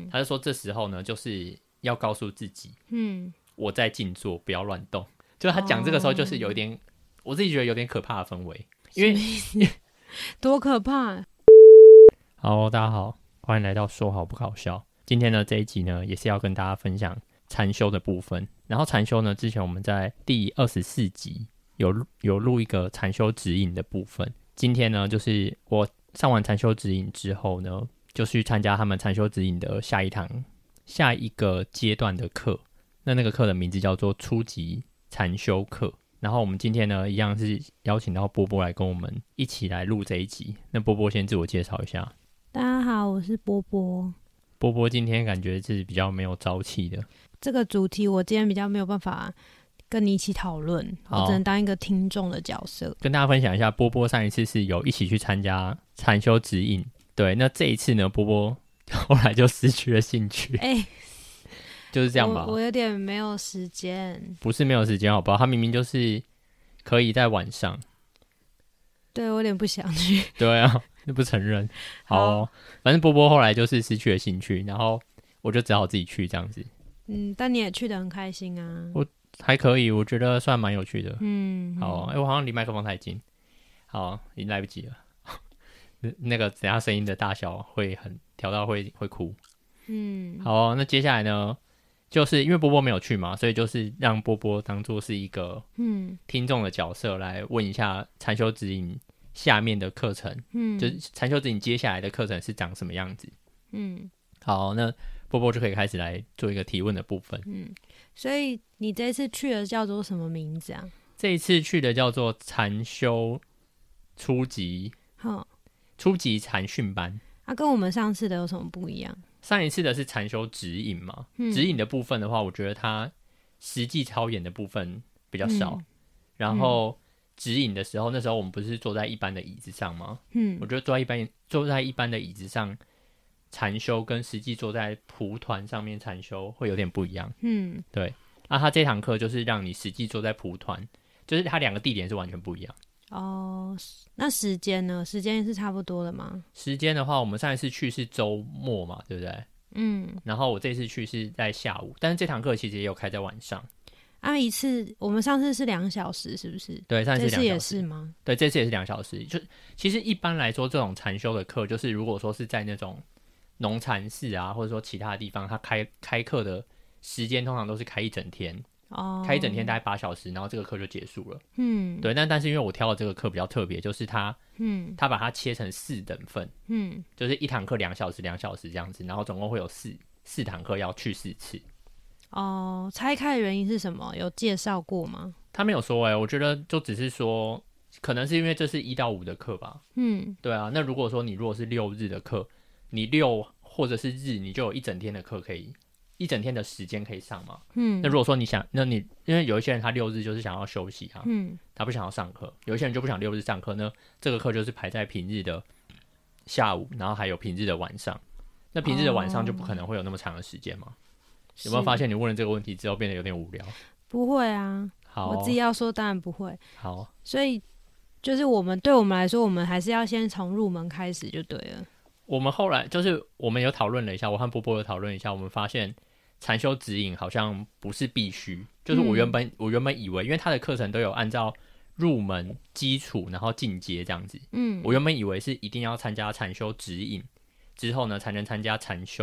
他就说这时候呢，就是要告诉自己，我在静坐，不要乱动。就他讲这个时候，就是有一点，我自己觉得有点可怕的氛围，因为多可怕。 好，大家好，欢迎来到说好不搞笑。今天呢这一集呢，也是要跟大家分享禅修的部分。然后禅修呢，之前我们在第24集有录一个禅修指引的部分。今天呢，就是我上完禅修指引之后呢，就去参加他们禅修指引的下一个阶段的课。那个课的名字叫做初级禅修课。然后我们今天呢，一样是邀请到波波来跟我们一起来录这一集。那波波先自我介绍一下。 大家好，我是波波。 波波今天感觉是比较没有朝气的。 这个主题我今天比较没有办法跟你一起讨论，我只能当一个听众的角色。 跟大家分享一下，波波上一次是有一起去参加禅修指引，对，那这一次呢，波波后来就失去了兴趣。就是这样吧。 我有点没有时间。 不是没有时间好不好？他明明就是可以在晚上。 对，我有点不想去。 对啊，就不承认。好，反正波波后来就是失去了兴趣，然后我就只好自己去这样子。 但你也去得很开心啊。 我还可以，我觉得算蛮有趣的。好，我好像离麦克风太近。好，已经来不及了。那个等下声音的大小会调到会哭。好，那接下来呢，就是因为波波没有去嘛，所以就是让波波当作是一个听众的角色来问一下禅修指引下面的课程，就是禅修指引接下来的课程是长什么样子。好，那波波就可以开始来做一个提问的部分。 所以你这次去的叫做什么名字啊？ 这一次去的叫做禅修初级禅训班。 跟我们上次的有什么不一样？ 上一次的是禅修指引嘛，指引的部分的话，我觉得它实际操演的部分比较少。然后指引的时候，那时候我们不是坐在一般的椅子上吗？我觉得坐在一般的椅子上禅修跟实际坐在蒲团上面禅修会有点不一样。对。他这堂课就是让你实际坐在蒲团，就是它两个地点是完全不一样。 那时间呢？时间是差不多的吗？ 时间的话，我们上一次去是周末嘛，对不对？然后我这次去是在下午，但是这堂课其实也有开在晚上。 一次我们上次是2小时，是不是？ 对，上次是2小时。 这次也是吗？ 对，这次也是2小时。就其实一般来说，这种禅修的课，就是如果说是在那种农禅寺啊，或者说其他的地方，它开课的时间通常都是开一整天。开一整天大概8小时，然后这个课就结束了。对，但是因为我挑的这个课比较特别，就是他把它切成4等份。就是一堂课2小时2小时这样子，然后总共会有四堂课要去4次。 拆开的原因是什么？有介绍过吗？ 他没有说我觉得就只是说，可能是因为这是1到5的课吧。对啊，那如果说你如果是6日的课，你6或者是日，你就有一整天的课可以。一整天的时间可以上嘛？那如果说你因为有一些人他6日就是想要休息啊，他不想要上课；有一些人就不想6日上课呢，这个课就是排在平日的下午，然后还有平日的晚上。那平日的晚上就不可能会有那么长的时间嘛？有没有发现你问了这个问题之后变得有点无聊？ 不会啊， 好， 我自己要说当然不会。 好， 所以就是对我们来说，我们还是要先从入门开始就对了。 我们后来就是我们有讨论了一下，我和波波有讨论一下，我们发现。禅修指引好像不是必须，就是我原本以为，因为他的课程都有按照入门、基础，然后进阶这样子。我原本以为是一定要参加禅修指引之后呢，才能参加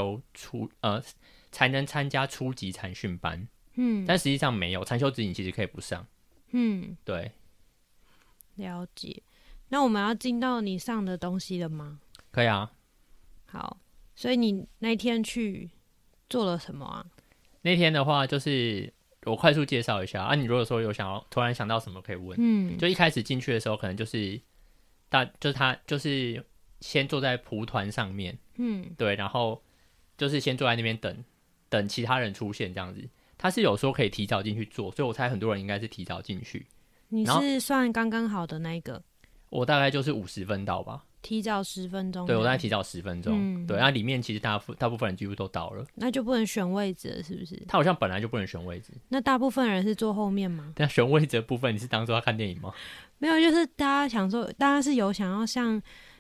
才能参加初级禅训班。但实际上没有，禅修指引其实可以不上。对， 了解。那我们要进到你上的东西了吗？ 可以啊。 好，所以你那天去。做了什么啊？ 那天的话，就是我快速介绍一下你如果说有突然想到什么可以问，就一开始进去的时候，可能就是他就是先坐在蒲团上面，对，然后就是先坐在那边等其他人出现这样子。他是有说可以提早进去坐，所以我猜很多人应该是提早进去。 你是算刚刚好的那一个？ 我大概就是50分到吧。 提早10分钟， 对，我大概提早10分钟。对，那里面其实大部分人几乎都到了， 那就不能选位置了，是不是？ 他好像本来就不能选位置。 那大部分人是坐后面吗？ 但选位置的部分，你是当作要看电影吗？ 没有，就是大家想说，大家是有想要像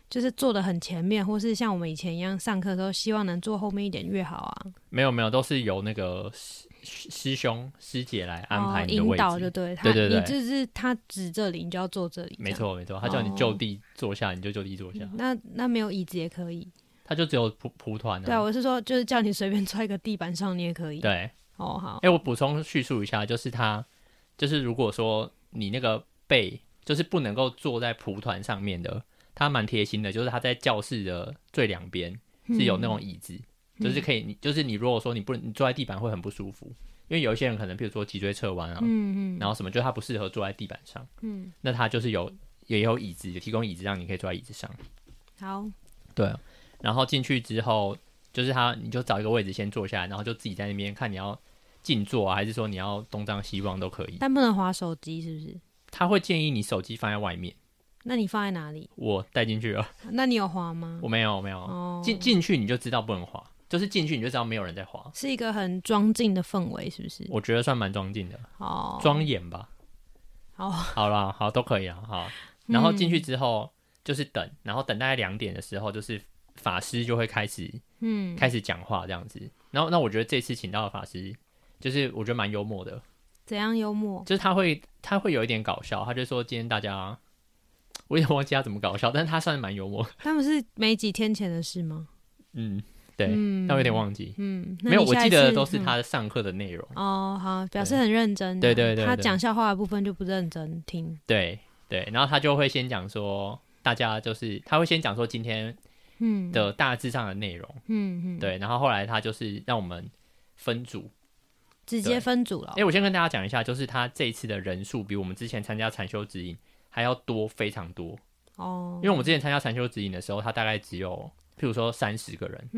就是坐得很前面，或是像我们以前一样上课的时候，希望能坐后面一点越好啊？ 没有，都是由那个师兄师姐来安排你的位置， 引导就对， 对， 你就是他指这里，你就要坐这里。 没错，他叫你就地坐下，你就就地坐下。 那没有椅子也可以？ 他就只有蒲团啊。 对啊，我是说，就是叫你随便坐一个地板上，你也可以。 对， 好。 我补充叙述一下，就是如果说你那个背就是不能够坐在蒲团上面的，他蛮贴心的，就是他在教室的最两边是有那种椅子，就是可以，就是你如果说你坐在地板会很不舒服，因为有一些人可能比如说脊椎侧弯啊，然后什么，就他不适合坐在地板上，那他就是也有椅子，提供椅子让你可以坐在椅子上。 好， 对，然后进去之后，就是你就找一个位置先坐下来，然后就自己在那边看你要静坐啊，还是说你要东张西望都可以， 但不能滑手机，是不是？ 他会建议你手机放在外面。 那你放在哪里？ 我带进去了。 那你有滑吗？ 我没有。进去你就知道不能滑，就是进去你就知道没有人在滑， 是一个很庄敬的氛围，是不是？ 我觉得算蛮庄敬的，庄严吧。好啦，好都可以啊。好，然后进去之后就是等，然后等大概2点的时候，就是法师就会开始讲话这样子。然后那我觉得这次请到的法师，就是我觉得蛮幽默的。 怎样幽默？ 就是他会有一点搞笑，他就说今天大家，我也忘记他怎么搞笑，但是他算是蛮幽默。 他们是没几天前的事吗？ 对，但我有点忘记。没有，我记得都是他上课的内容。 好，表示很认真。 对， 他讲笑话的部分就不认真听。 对，然后他就会先讲说，大家就是他会先讲说今天的大致上的内容。对，然后后来他就是让我们分组。 直接分组了。 我先跟大家讲一下，就是他这一次的人数比我们之前参加禅修指引还要多非常多。因为我们之前参加禅修指引的时候，他大概只有譬如说30个人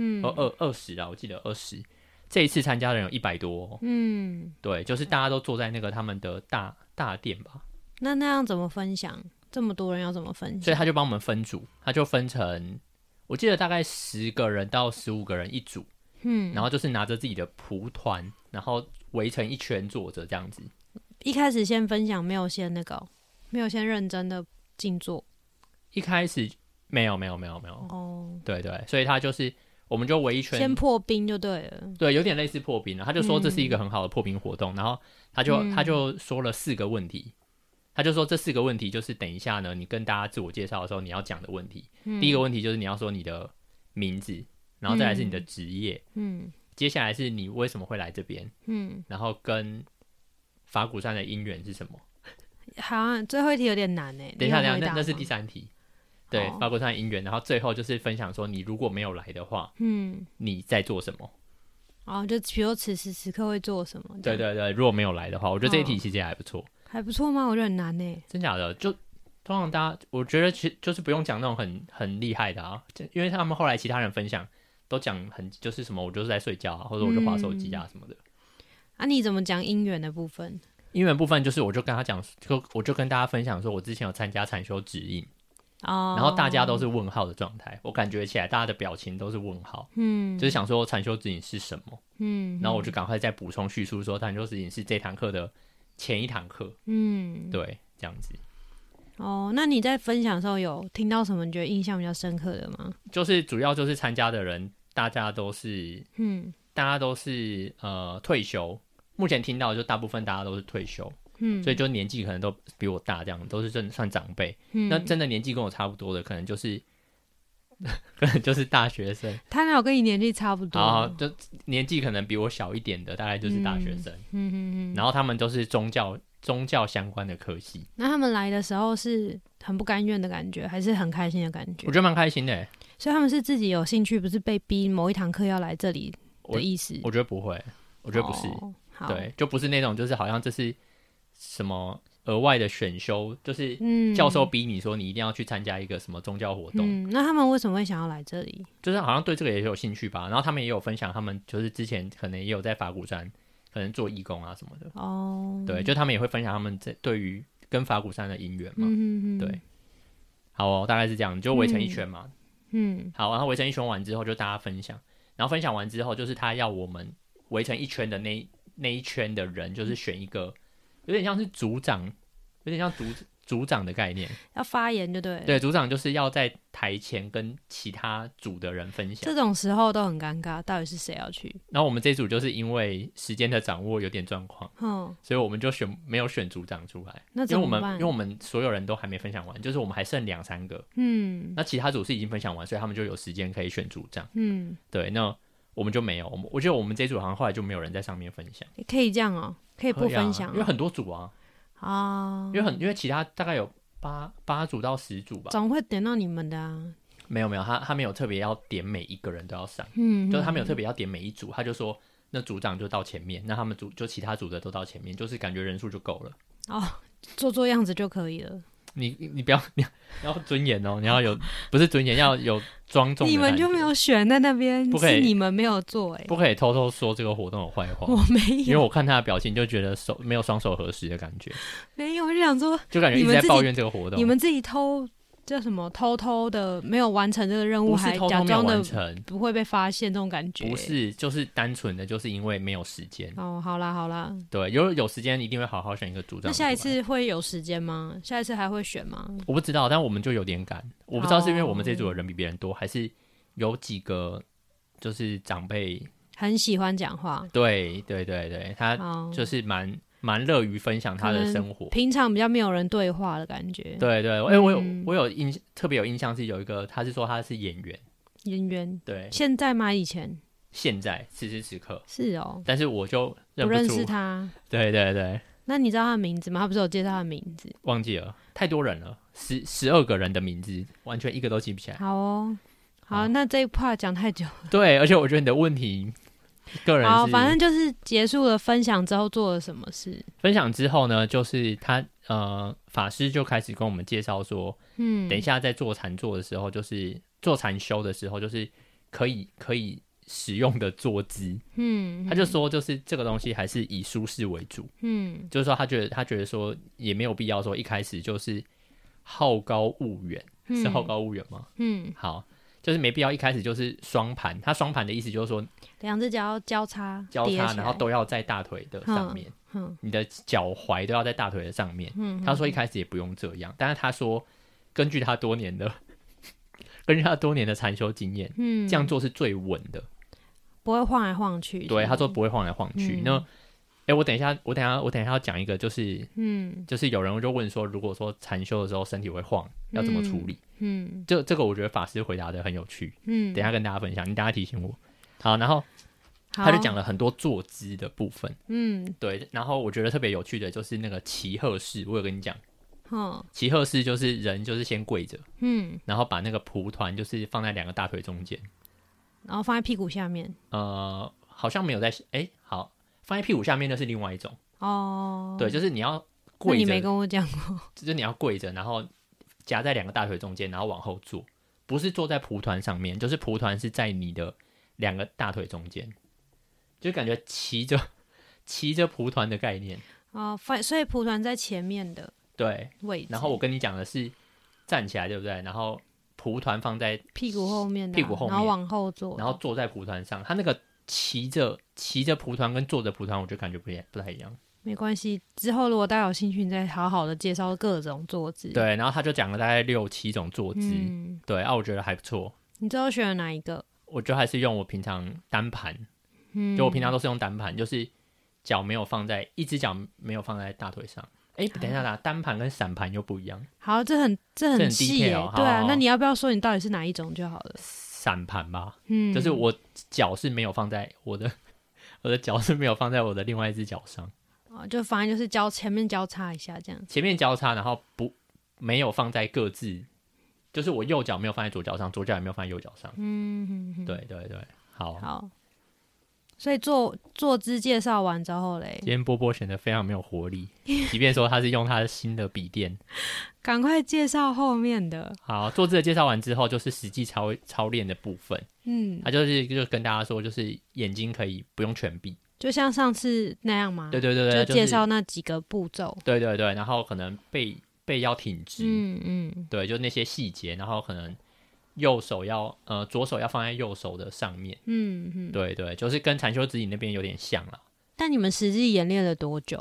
，20啦，我记得20。这一次参加的人有100多。对，就是大家都坐在那个他们的大殿吧。 那样怎么分享？这么多人要怎么分享？ 所以他就帮我们分组，他就分成我记得大概10个人到15个人一组。然后就是拿着自己的蒲团，然后围成一圈坐着这样子。 一开始先分享，没有先认真的静坐。 一开始没有。对，所以他就是我们就围一圈， 先破冰就对了。 对，有点类似破冰了。他就说这是一个很好的破冰活动，然后他就说了4个问题。他就说这4个问题就是等一下呢，你跟大家自我介绍的时候你要讲的问题。第一个问题就是你要说你的名字。然后再来是你的职业，接下来是你为什么会来这边，然后跟法鼓山的因缘是什么？ 好像最后一题有点难诶。 等一下，那是第3题。对，法鼓山的因缘，然后最后就是分享说你如果没有来的话，你在做什么？ 就比如此时此刻会做什么？ 对，如果没有来的话，我觉得这一题其实也还不错。 还不错吗？我觉得很难诶。 真假的？就通常大家，我觉得其实就是不用讲那种很厉害的啊，因为他们后来其他人分享。都讲就是什么，我就是在睡觉啊，或者我就滑手机啊什么的。 你怎么讲因缘的部分？ 因缘部分就是我就跟他讲，我就跟大家分享说，我之前有参加禅修指引，然后大家都是问号的状态，我感觉起来大家的表情都是问号，就是想说禅修指引是什么，然后我就赶快再补充叙述说，禅修指引是这堂课的前一堂课，对，这样子。 那你在分享的时候有听到什么你觉得印象比较深刻的吗？ 就是主要就是参加的人。大家都是退休，目前听到就大部分大家都是退休，所以就年纪可能都比我大，这样都是算长辈。那真的年纪跟我差不多的，可能就是大学生。 他哪有跟你年纪差不多？ 然后就年纪可能比我小一点的，大概就是大学生。然后他们都是宗教相关的科系。 那他们来的时候是很不甘愿的感觉，还是很开心的感觉？ 我觉得蛮开心的。 所以他们是自己有兴趣，不是被逼某一堂课要来这里的意思？ 我觉得不会，我觉得不是。对，就不是那种就是好像这是什么额外的选修，就是教授逼你说你一定要去参加一个什么宗教活动。 那他们为什么会想要来这里？ 就是好像对这个也有兴趣吧。然后他们也有分享，他们就是之前可能也有在法鼓山可能做义工啊什么的。对，就他们也会分享他们对于跟法鼓山的因缘嘛。对，好大概是这样，就围成一圈嘛。好，然后围成一圈完之后就大家分享，然后分享完之后就是他要我们围成一圈的那一圈的人，就是选一个有点像是组长，有点像组长的概念， 要发言就对了。 对，组长就是要在台前跟其他组的人分享， 这种时候都很尴尬，到底是谁要去？ 然后我们这组就是因为时间的掌握有点状况，所以我们就没有选组长出来。 那怎么办？ 因为我们所有人都还没分享完，就是我们还剩2-3个，那其他组是已经分享完，所以他们就有时间可以选组长。对，那我们就没有，我觉得我们这组好像后来就没有人在上面分享。 可以这样哦，可以不分享， 因为很多组啊，因为其他大概有8组到10组吧， 总会点到你们的啊。 没有，他没有特别要点每一个人都要上，就是他没有特别要点每一组，他就说那组长就到前面，那他们组就其他组的都到前面，就是感觉人数就够了。 做样子就可以了。 你不要你要尊严哦，你要有不是尊严，要有庄重的感觉。 你们就没有选在那边，是你们没有做不可以偷偷说这个活动的坏话。 我没有， 因为我看他的表情就觉得没有双手合十的感觉。 没有，我就想说， 就感觉一直在抱怨这个活动。 你们自己叫什么？偷偷的没有完成这个任务，还假装的不会被发现，这种感觉。 不是，就是单纯的就是因为没有时间。 好啦。 对，有时间一定会好好选一个组长。 那下一次会有时间吗？下一次还会选吗？ 我不知道，但我们就有点赶。我不知道是因为我们这组的人比别人多，还是有几个就是长辈很喜欢讲话。 对，他就是蛮乐于分享他的生活， 平常比较没有人对话的感觉。 对，我有特别有印象是有一个，他是说他是演员，对， 现在吗？以前？ 现在此时此刻是哦， 但是我就不认识他。 对， 那你知道他的名字吗？他不是有介绍他的名字？ 忘记了，太多人了，12个人的名字，完全一个都记不起来。 好，那这一 part 讲太久了。 对，而且我觉得你的问题。个人反正就是结束了分享之后做了什么事。 分享之后呢，就是他法师就开始跟我们介绍说，等一下在做禅坐的时候，就是做禅修的时候，就是可以使用的坐姿。他就说就是这个东西还是以舒适为主。就是说他觉得说也没有必要说一开始就是好高骛远。是好高骛远吗？好。就是没必要一开始就是双盘，他双盘的意思就是说两只脚要交叉， 然后都要在大腿的上面，你的脚踝都要在大腿的上面。他说一开始也不用这样，但是他说根据他多年的禅修经验，这样做是最稳的， 不会晃来晃去。 对，他说不会晃来晃去。那我等一下要讲一个，就是就是有人就问说，如果说禅修的时候身体会晃，要怎么处理？这个我觉得法师回答的很有趣。等一下跟大家分享，你等一下提醒我。好，然后他就讲了很多坐姿的部分。对，然后我觉得特别有趣的就是那个齐鹤式，我有跟你讲。齐鹤式就是人就是先跪着，然后把那个蒲团就是放在2个大腿中间， 然后放在屁股下面。 好像没有在好。放在屁股下面那是另外一种对，就是你要跪着， 你没跟我讲过， 就是你要跪着，然后夹在2个大腿中间，然后往后坐，不是坐在蒲团上面，就是蒲团是在你的2个大腿中间，就感觉骑着蒲团的概念所以蒲团在前面的位置， 然后我跟你讲的是站起来，对不对？然后蒲团放在屁股后面， 然后往后坐， 然后坐在蒲团上，他那个骑着蒲团跟坐着蒲团，我就感觉不太一样。 没关系，之后如果大家有兴趣，你再好好的介绍各种坐姿。 对，然后他就讲了大概6-7种坐姿。对我觉得还不错。 你最后选了哪一个？ 我就还是用我平常单盘，就我平常都是用单盘，就是脚没有放在一只脚没有放在大腿上。等一下啦，单盘跟散盘又不一样。 好，这很细耶。对啊，那你要不要说你到底是哪一种就好了？ 散盘吧，就是我脚是没有放在我的脚是没有放在我的另外一只脚上， 就反正就是前面交叉一下这样， 前面交叉，然后没有放在各自，就是我右脚没有放在左脚上，左脚也没有放在右脚上，对，好， 所以坐姿介绍完之后嘞， 今天波波显得非常没有活力，即便说他是用他的新的笔电。 赶快介绍后面的。 好，坐姿的介绍完之后，就是实际操练的部分。他就跟大家说，就是眼睛可以不用全闭， 就像上次那样吗？ 对， 就介绍那几个步骤。 对，然后可能背要挺直，对，就那些细节，然后可能右手左手要放在右手的上面，对，就是跟禅修指引那边有点像啦。 但你们实际演练了多久啊？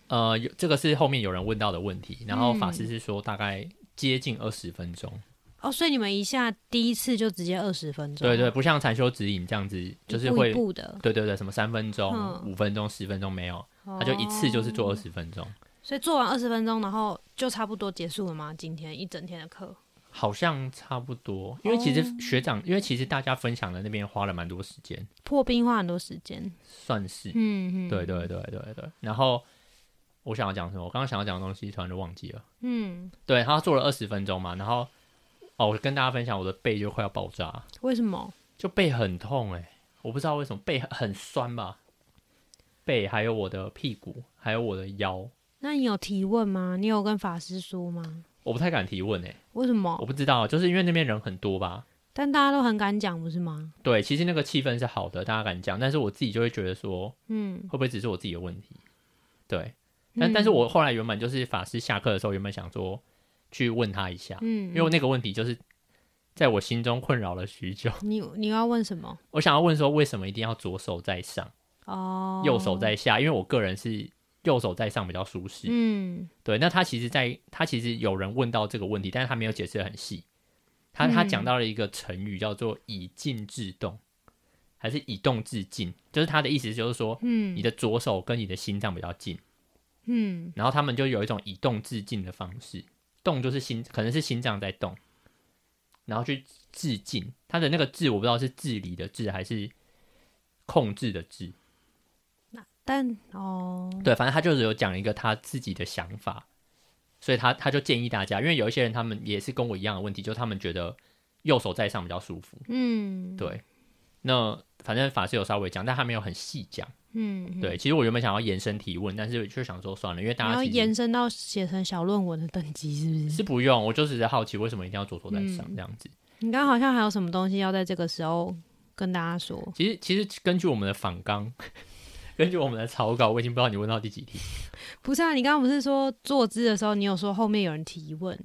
这个是后面有人问到的问题，然后法师是说大概接近20分钟。 所以你们一下第一次就直接20分钟？ 对对，不像禅修指引这样子，就是会一步的。 对对对，什么3分钟、5分钟、10分钟没有，他就一次就是做20分钟。 所以做完20分钟，然后就差不多结束了吗？今天一整天的课？ 好像差不多，因为其实学长，因为其实大家分享的那边花了蛮多时间， 破冰花很多时间， 算是，对对对对对。然后我想要讲什么？我刚刚想要讲的东西，突然就忘记了。对，他做了20分钟嘛，然后我跟大家分享，我的背就快要爆炸。 为什么？ 就背很痛我不知道为什么，背很酸吧，背还有我的屁股，还有我的腰。 那你有提问吗？你有跟法师说吗？ 我不太敢提问为什么？ 我不知道，就是因为那边人很多吧。 但大家都很敢讲，不是吗？ 对，其实那个气氛是好的，大家敢讲，但是我自己就会觉得说，会不会只是我自己的问题？对，但是我后来原本就是法师下课的时候，原本想说去问他一下，因为那个问题就是在我心中困扰了许久。 你要问什么？ 我想要问说，为什么一定要左手在上，右手在下？因为我个人是右手在上比较舒适。对。那他其实有人问到这个问题，但是他没有解释得很细。他讲到了一个成语叫做以静制动，还是以动制静？就是他的意思就是说，你的左手跟你的心脏比较近。然后他们就有一种以动制静的方式，动就是可能是心脏在动，然后去制静。他的那个治我不知道是治理的治还是控制的治。对，反正他就是有讲一个他自己的想法，所以他就建议大家，因为有一些人他们也是跟我一样的问题，就是他们觉得右手在上比较舒服。对。那反正法师有稍微讲，但他没有很细讲。对。其实我原本想要延伸提问，但是就想说算了，因为大家你要延伸到写成小论文的等级，是不是？ 是不用，我就只是好奇为什么一定要左手在上这样子。 你刚刚好像还有什么东西要在这个时候跟大家说？ 其实根据我们的访纲。根据我们的草稿，我已经不知道你问到第几题。 不是啊，你刚刚不是说坐姿的时候，你有说后面有人提问？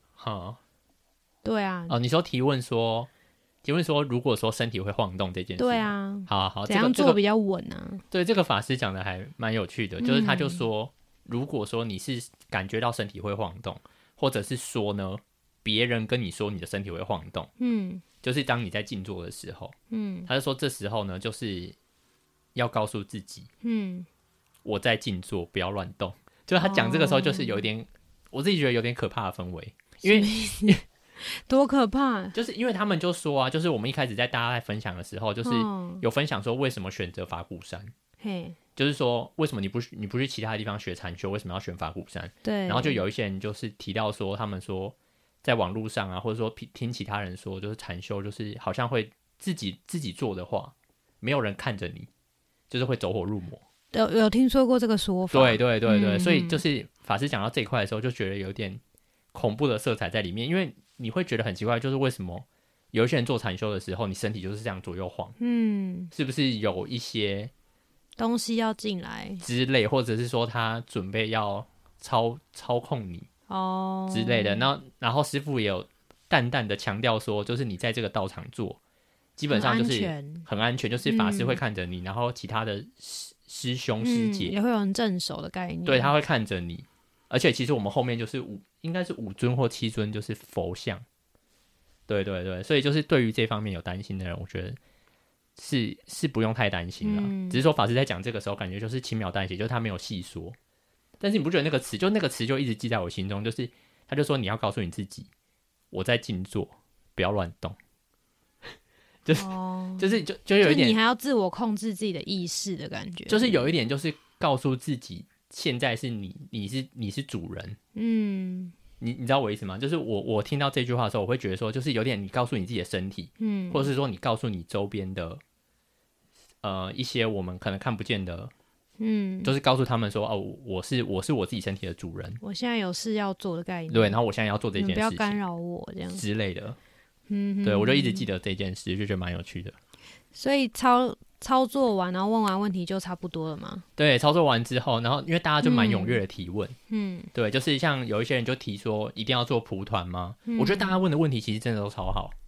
对啊。 你说提问说，如果说身体会晃动这件事， 对啊。 好， 怎样做比较稳啊？ 对，这个法师讲的还蛮有趣的，就是他就说，如果说你是感觉到身体会晃动，或者是说呢，别人跟你说你的身体会晃动，就是当你在静坐的时候，他就说这时候呢，就是要告诉自己，我在静坐，不要乱动。就是他讲这个时候，就是有一点，我自己觉得有点可怕的氛围，因为多可怕！ 就是因为他们就说啊，就是我们一开始大家在分享的时候，就是有分享说为什么选择法鼓山，就是说为什么你不去其他地方学禅修，为什么要选法鼓山？ 对。 然后就有一些人就是提到说，他们说在网络上啊，或者说听其他人说，就是禅修就是好像会自己做的话，没有人看着你。就是会走火入魔， 有听说过这个说法。 对对对对，所以就是法师讲到这一块的时候，就觉得有点恐怖的色彩在里面，因为你会觉得很奇怪，就是为什么有一些人做禅修的时候，你身体就是这样左右晃，是不是有一些东西要进来之类，或者是说他准备要操控你之类的。然后师父也有淡淡的强调说，就是你在这个道场做。基本上就是很安全，就是法师会看着你，然后其他的师兄师姐也会有人镇守的概念。 对，他会看着你，而且其实我们后面就是应该是5尊或7尊，就是佛像。对对对，所以就是对于这方面有担心的人，我觉得是不用太担心啦。只是说法师在讲这个时候，感觉就是轻描淡写，就是他没有细说。但是你不觉得那个词就一直记在我心中，就是他就说你要告诉你自己，我在静坐，不要乱动。就有一点， 你还要自我控制自己的意识的感觉， 就是有一点，就是告诉自己，现在是你是主人，你知道我意思吗？就是我听到这句话的时候，我会觉得说，就是有点你告诉你自己的身体，或者是说你告诉你周边的一些我们可能看不见的，就是告诉他们说，我是我自己身体的主人， 我现在有事要做的概念， 对，然后我现在要做这件事情， 不要干扰我这样之类的。对，我就一直记得这件事，就觉得蛮有趣的。 所以操作完，然后问完问题就差不多了吗？ 对，操作完之后，然后因为大家就蛮踊跃的提问，对，就是像有一些人就提说一定要做蒲团吗？我觉得大家问的问题其实真的都超好，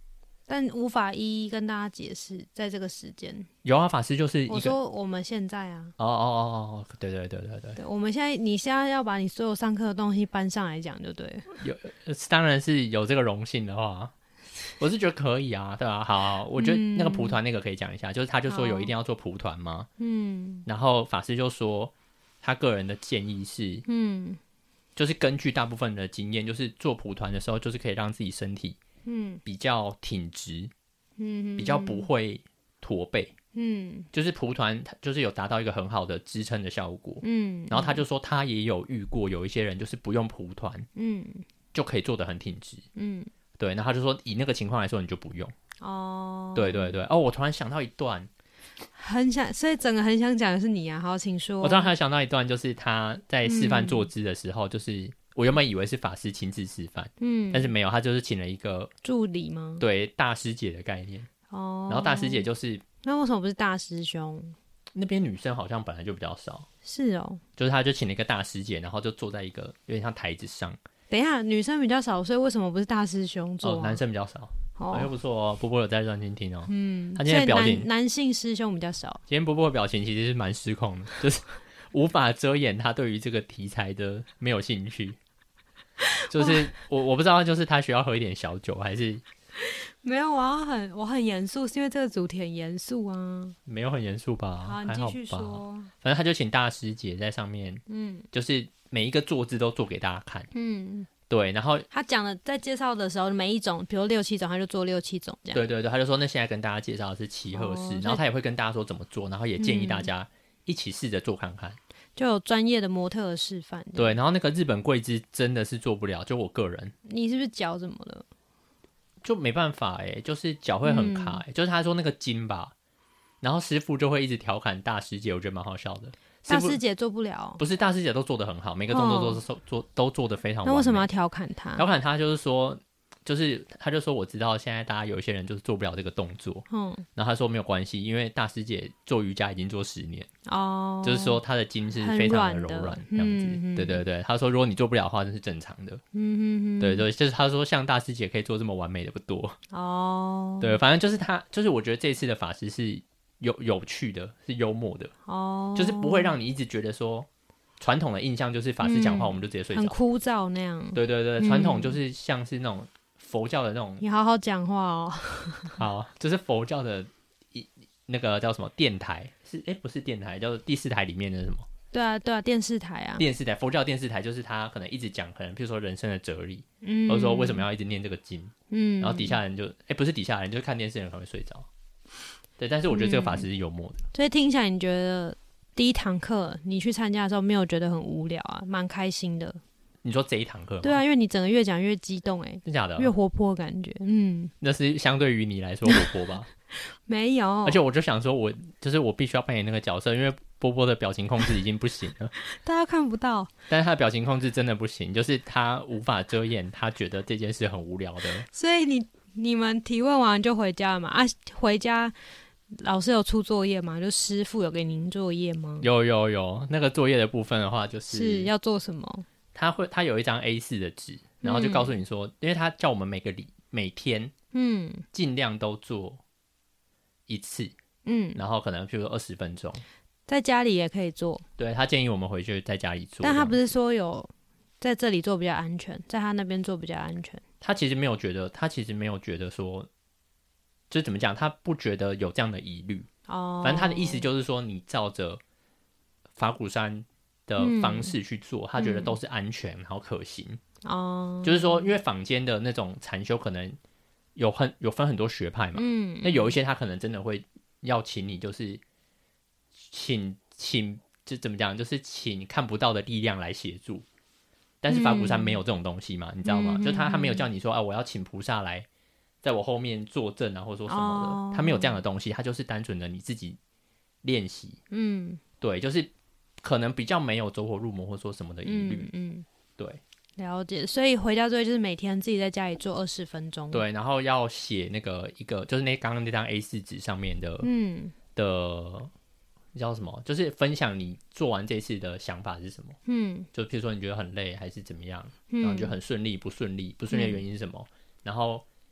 但无法一一跟大家解释，在这个时间有啊，法师就是一个， 我说我们现在啊， 对， 对，我们现在你现在要把你所有上课的东西搬上来讲就对了， 当然是有这个荣幸的话，我是觉得可以啊，对吧？好，我觉得那个蒲团那个可以讲一下，就是他就说有一定要做蒲团嘛，然后法师就说他个人的建议是，就是根据大部分的经验，就是做蒲团的时候，就是可以让自己身体比较挺直，比较不会驼背，就是蒲团就是有达到一个很好的支撑的效果，然后他就说他也有遇过有一些人就是不用蒲团，就可以做得很挺直，对，然后他就说以那个情况来说你就不用，对，我突然想到一段， 所以整个很想讲的是你啊，好，请说。 我突然还想到一段，就是他在示范坐姿的时候，就是我原本以为是法师亲自示范，但是没有，他就是请了一个助理吗？ 对，大师姐的概念，然后大师姐就是那为什么不是大师兄？ 那边女生好像本来就比较少， 是哦， 就是他就请了一个大师姐，然后就坐在一个有点像台子上。 等一下，女生比较少，所以为什么不是大师兄做？ 男生比较少。又不错哦，波波有在专心听哦。他今天的表情， 男性师兄比较少。 今天波波的表情其实是蛮失控的，就是无法遮掩他对于这个题材的没有兴趣。就是我不知道，就是他需要喝一点小酒，还是没有啊？我很严肃，是因为这个主题很严肃啊。 没有很严肃吧？ 好，你继续说。 反正他就请大师姐在上面，就是每一个坐姿都做给大家看，对，然后他讲的在介绍的时候，每一种，比如6-7种，他就做6-7种这样。 对，他就说那现在跟大家介绍的是齐鹤式，然后他也会跟大家说怎么做，然后也建议大家一起试着做看看。 就有专业的模特的示范。 对，然后那个日本跪姿真的是做不了，就我个人。 你是不是脚怎么了？ 就没办法就是脚会很卡就是他说那个筋吧，然后师傅就会一直调侃大师姐，我觉得蛮好笑的。 大师姐做不了， 不是大师姐都做得很好，每个动作都做得非常完美。 那为什么要调侃他？ 调侃他就是说，他就说我知道现在大家有一些人就是做不了这个动作，然后他说没有关系，因为大师姐做瑜伽已经做10年，就是说她的筋是非常的柔软这样子，对，他说如果你做不了的话，那是正常的，对，就是他说像大师姐可以做这么完美的不多，对，反正就是就是我觉得这次的法师是有趣的，是幽默的，就是不会让你一直觉得说传统的印象就是法师讲话我们就直接睡着， 很枯燥那样。 对，传统就是像是那种佛教的那种， 你好好讲话哦。 好，就是佛教的那个叫什么电台，不是电台，叫第4台里面的什么？ 对啊，电视台啊， 电视台，佛教电视台就是他可能一直讲，可能譬如说人生的哲理，或者说为什么要一直念这个经，然后底下人就不是底下人，就是看电视的人可能会睡着。对，但是我觉得这个法师是幽默的， 所以听起来你觉得第一堂课你去参加的时候没有觉得很无聊啊，蛮开心的。 你说这一堂课？ 对啊，因为你整个越讲越激动， 真假的？ 越活泼感觉， 那是相对于你来说活泼吧？ 没有， 而且我就想说我必须要扮演那个角色，因为波波的表情控制已经不行了， 大家看不到， 但是他的表情控制真的不行，就是他无法遮掩他觉得这件事很无聊的。 所以你们提问完就回家了嘛？回家老师有出作业吗？就师傅有给您作业吗？ 有，那个作业的部分的话，就是要做什么？ 他有一张 A4 的纸，然后就告诉你说，因为他叫我们每天尽量都做一次，然后可能譬如说20分钟，在家里也可以做。对， 他建议我们回去在家里做， 但他不是说有在这里做比较安全，在他那边做比较安全。 他其实没有觉得说，就是怎么讲，他不觉得有这样的疑虑。反正他的意思就是说，你照着法鼓山的方式去做，他觉得都是安全然后可行。就是说，因为坊间的那种禅修可能有分很多学派嘛，那有一些他可能真的会要请你，就是请就怎么讲，就是请看不到的力量来协助。但是法鼓山没有这种东西嘛，你知道吗？就他没有叫你说我要请菩萨来在我后面坐镇啊，或者说什么的，他没有这样的东西，他就是单纯的你自己练习。对，就是可能比较没有走火入魔或说什么的疑虑。对， 了解。所以回家作业就是每天自己在家里做20分钟。 对，然后要写那个就是刚刚那张 A4 纸上面的的叫什么？就是分享你做完这次的想法是什么？就譬如说你觉得很累还是怎么样，然后你觉得很顺利不顺利的原因是什么？然后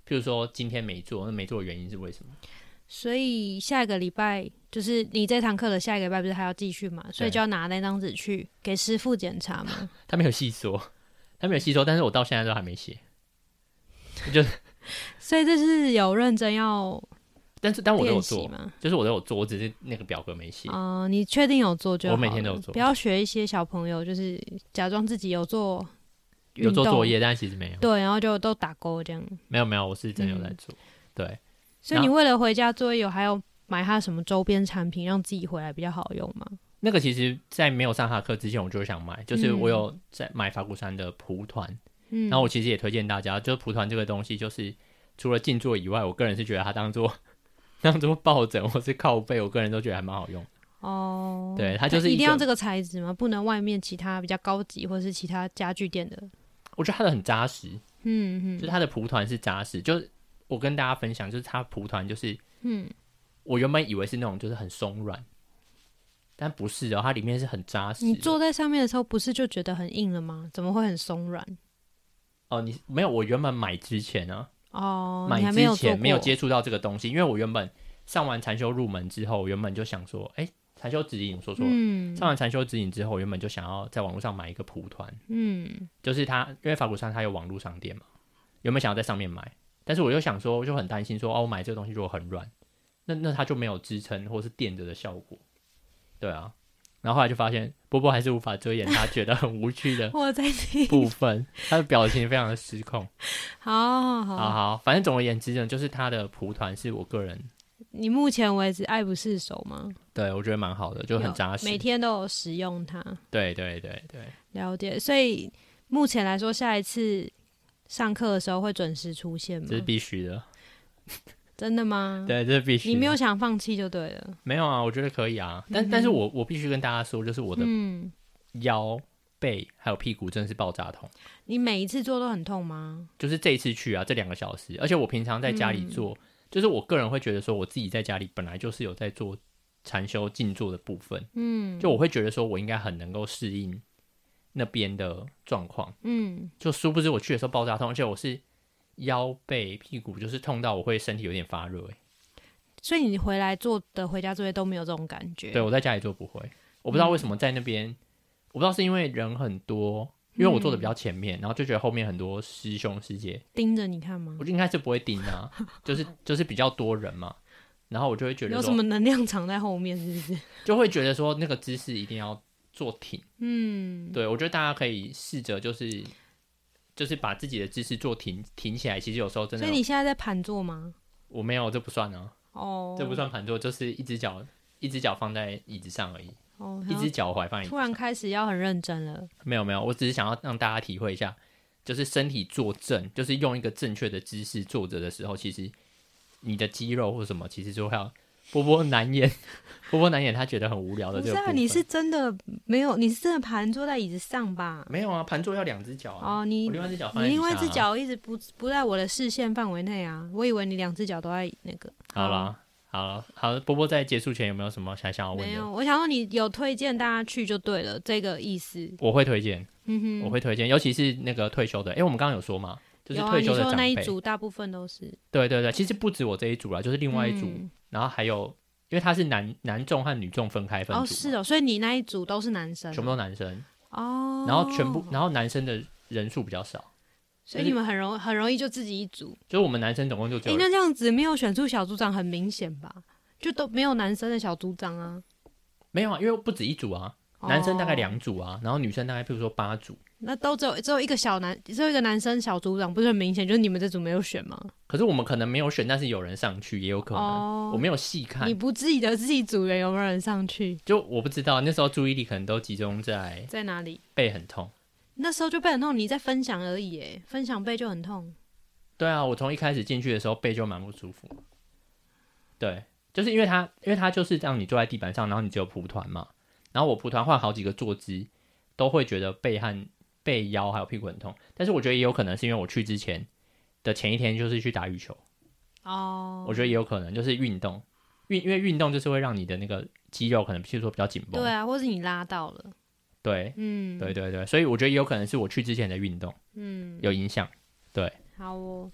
譬如说今天没做，那没做的原因是为什么？ 所以下一个礼拜就是你这堂课的下一个礼拜不是还要继续嘛？所以就要拿那张纸去给师傅检查嘛。 他没有细说，但是我到现在都还没写，就所以这是有认真要。 但我都有做，就是我都有做，我只是那个表格没写。 你确定有做就好了， 我每天都有做， 不要学一些小朋友，就是假装自己有做作业，但其实没有。 对，然后就都打勾这样。 没有，我是真的有在做。对， 所以你为了回家作业，还要买他什么周边产品，让自己回来比较好用吗？ 那个其实，在没有上他的课之前，我就想买，就是我有在买法鼓山的蒲团。然后我其实也推荐大家，就是蒲团这个东西，就是除了静坐以外，我个人是觉得它当做抱枕或是靠背，我个人都觉得还蛮好用。对，它就是一定要这个材质吗？不能外面其他比较高级或是其他家具店的？ 我觉得它的很扎实，就是它的蒲团是扎实。就是我跟大家分享，就是它蒲团就是，我原本以为是那种就是很松软，但不是哦，它里面是很扎实的。 你坐在上面的时候，不是就觉得很硬了吗？怎么会很松软？ 你没有，我原本买之前呢。 买之前没有接触到这个东西，因为我原本上完禅修入门之后，我原本就想说，禅修指引，说上完禅修指引之后，我原本就想要在网络上买一个蒲团，就是它，因为法鼓山它有网络商店嘛，原本想要在上面买，但是我又想说，我就很担心说，我买这个东西如果很软，那它就没有支撑或是垫着的效果，对啊。然后后来就发现波波还是无法遮掩他觉得很无趣的部分，他的表情非常的失控。好，反正总而言之呢，就是他的蒲团是我个人， 你目前为止爱不释手吗？ 对，我觉得蛮好的，就很扎实， 每天都有使用它。 对， 了解。所以目前来说，下一次上课的时候会准时出现吗？ 这是必须的。 真的吗？ 对，这是必须的。 你没有想放弃就对了。 没有啊，我觉得可以啊。但是我必须跟大家说，就是我的腰、背还有屁股真的是爆炸痛。 你每一次做都很痛吗？ 就是这一次去啊，这2个小时，而且我平常在家里做，就是我个人会觉得说，我自己在家里本来就是有在做禅修静坐的部分，就我会觉得说我应该很能够适应那边的状况，就殊不知我去的时候爆炸痛，而且我是腰背屁股就是痛到我会身体有点发热。 所以你回来做的回家作业都没有这种感觉？ 对，我在家里做不会，我不知道为什么在那边，我不知道是因为人很多，因为我坐的比较前面，然后就觉得后面很多师兄师姐盯着你看吗？ 我就应该是不会盯啊，就是比较多人嘛，然后我就会觉得说有什么能量场在后面，是不是？ 就会觉得说那个姿势一定要做挺。对，我觉得大家可以试着就是把自己的姿势做挺起来，其实有时候真的。 所以你现在在盘坐吗？ 我没有，这不算啊。这不算盘坐，就是一只脚放在椅子上而已。一只脚踝放在椅子上。 突然开始要很认真了。 没有，我只是想要让大家体会一下，就是身体坐正，就是用一个正确的姿势坐着的时候，其实你的肌肉或什么，其实就会要波波难掩他觉得很无聊的这个部分。 不是啊，你是真的没有，你是真的盘坐在椅子上吧？ 没有啊，盘坐要2只脚啊。你另外一只脚放在你另外一只脚一直不在我的视线范围内啊，我以为你2只脚都在那个。 好啦，好，波波在结束前有没有什么想要问的？ 没有，我想说你有推荐大家去就对了，这个意思。 我会推荐，我会推荐，尤其是那个退休的。我们刚刚有说嘛，就是退休的长辈。 你说那一组大部分都是。 对，其实不止我这一组啦，就是另外一组，然后还有。因为他是男众和女众分开分组。 是哦，所以你那一组都是男生。 全部都男生。然后男生的人数比较少， 所以你们很容易就自己一组。 就是我们男生总共就只有。 那这样子没有选出小组长很明显吧？就都没有男生的小组长啊？ 没有啊，因为不止一组啊，男生大概2组啊，然后女生大概譬如说8组。 那都只有一个只有一个男生小组长，不是很明显？就是你们这组没有选吗？ 可是我们可能没有选，但是有人上去也有可能。我没有细看。 你不记得自己组员有没有人上去？ 就我不知道，那时候注意力可能都集中在哪里？ 背很痛。 那时候就背很痛，你在分享而已耶，分享背就很痛。 对啊，我从一开始进去的时候背就蛮不舒服。对，就是因为他就是让你坐在地板上，然后你只有蒲团嘛，然后我蒲团换好几个坐姿，都会觉得背腰还有屁股很痛，但是我觉得也有可能是因为我去之前的前一天就是去打羽球。我觉得也有可能就是运动，因为运动就是会让你的那个肌肉可能譬如说比较紧绷。 对啊，或是你拉到了。 对，对，所以我觉得也有可能是我去之前的运动，有影响。对， 好哦。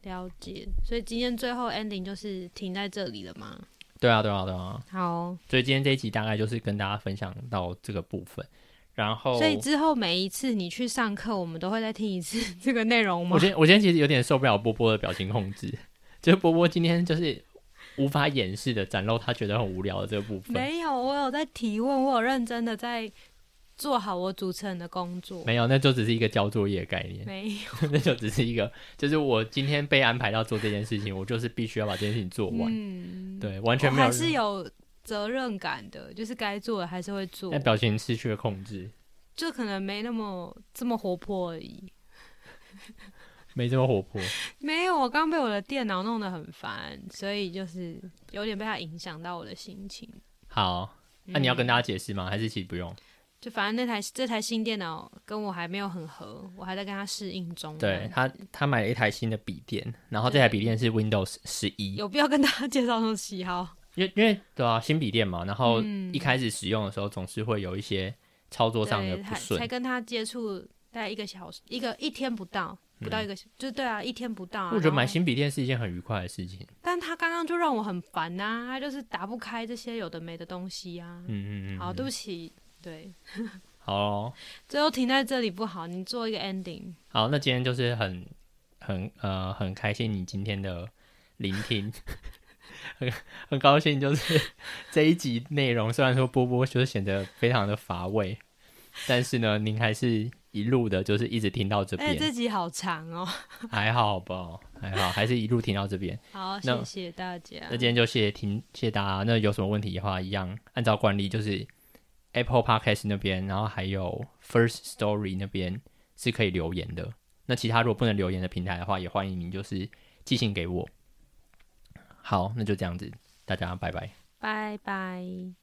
了解。所以今天最后 ending 就是停在这里了吗？ 对啊。 好， 所以今天这一集大概就是跟大家分享到这个部分。然后， 所以之后每一次你去上课，我们都会再听一次这个内容吗？ 我今天其实有点受不了波波的表情控制，就是波波今天就是无法掩饰的展露他觉得很无聊的这个部分。 没有，我有在提问，我有认真的在做好我主持人的工作。 没有，那就只是一个交作业的概念。 没有， 那就只是一个，就是我今天被安排到做这件事情，我就是必须要把这件事情做完。对，完全没有。 我还是有责任感的，就是该做的还是会做。 但表情失去了控制， 就可能没那么这么活泼而已。 没这么活泼。 没有，我刚被我的电脑弄得很烦，所以就是有点被它影响到我的心情。 好，那你要跟大家解释吗？还是其实不用？ 就反正这台新电脑跟我还没有很合，我还在跟它适应中。 对，他买了一台新的笔电，然后这台笔电是 Windows 11。 有必要跟大家介绍什么喜好？ 因为对啊，新笔电嘛，然后一开始使用的时候总是会有一些操作上的不顺。 才跟他接触大概1个小时，一天不到1个小时，就是对啊，1天不到。 我觉得买新笔电是一件很愉快的事情。 但他刚刚就让我很烦啊，他就是打不开这些有的没的东西啊。好，对不起。对， 好咯， 最后停在这里不好，你做一个 ending。 好，那今天就是很开心你今天的聆听，很高兴就是这一集内容虽然说波波就是显得非常的乏味，但是呢，您还是一路的就是一直听到这边。 这集好长哦。 还好吧，还好，还是一路听到这边。 好，谢谢大家。 那今天就谢谢大家。那有什么问题的话，一样按照惯例就是。Apple Podcast 那边，然后还有 First Story 那边是可以留言的。那其他如果不能留言的平台的话，也欢迎您就是寄信给我。好，那就这样子，大家拜拜， 拜拜。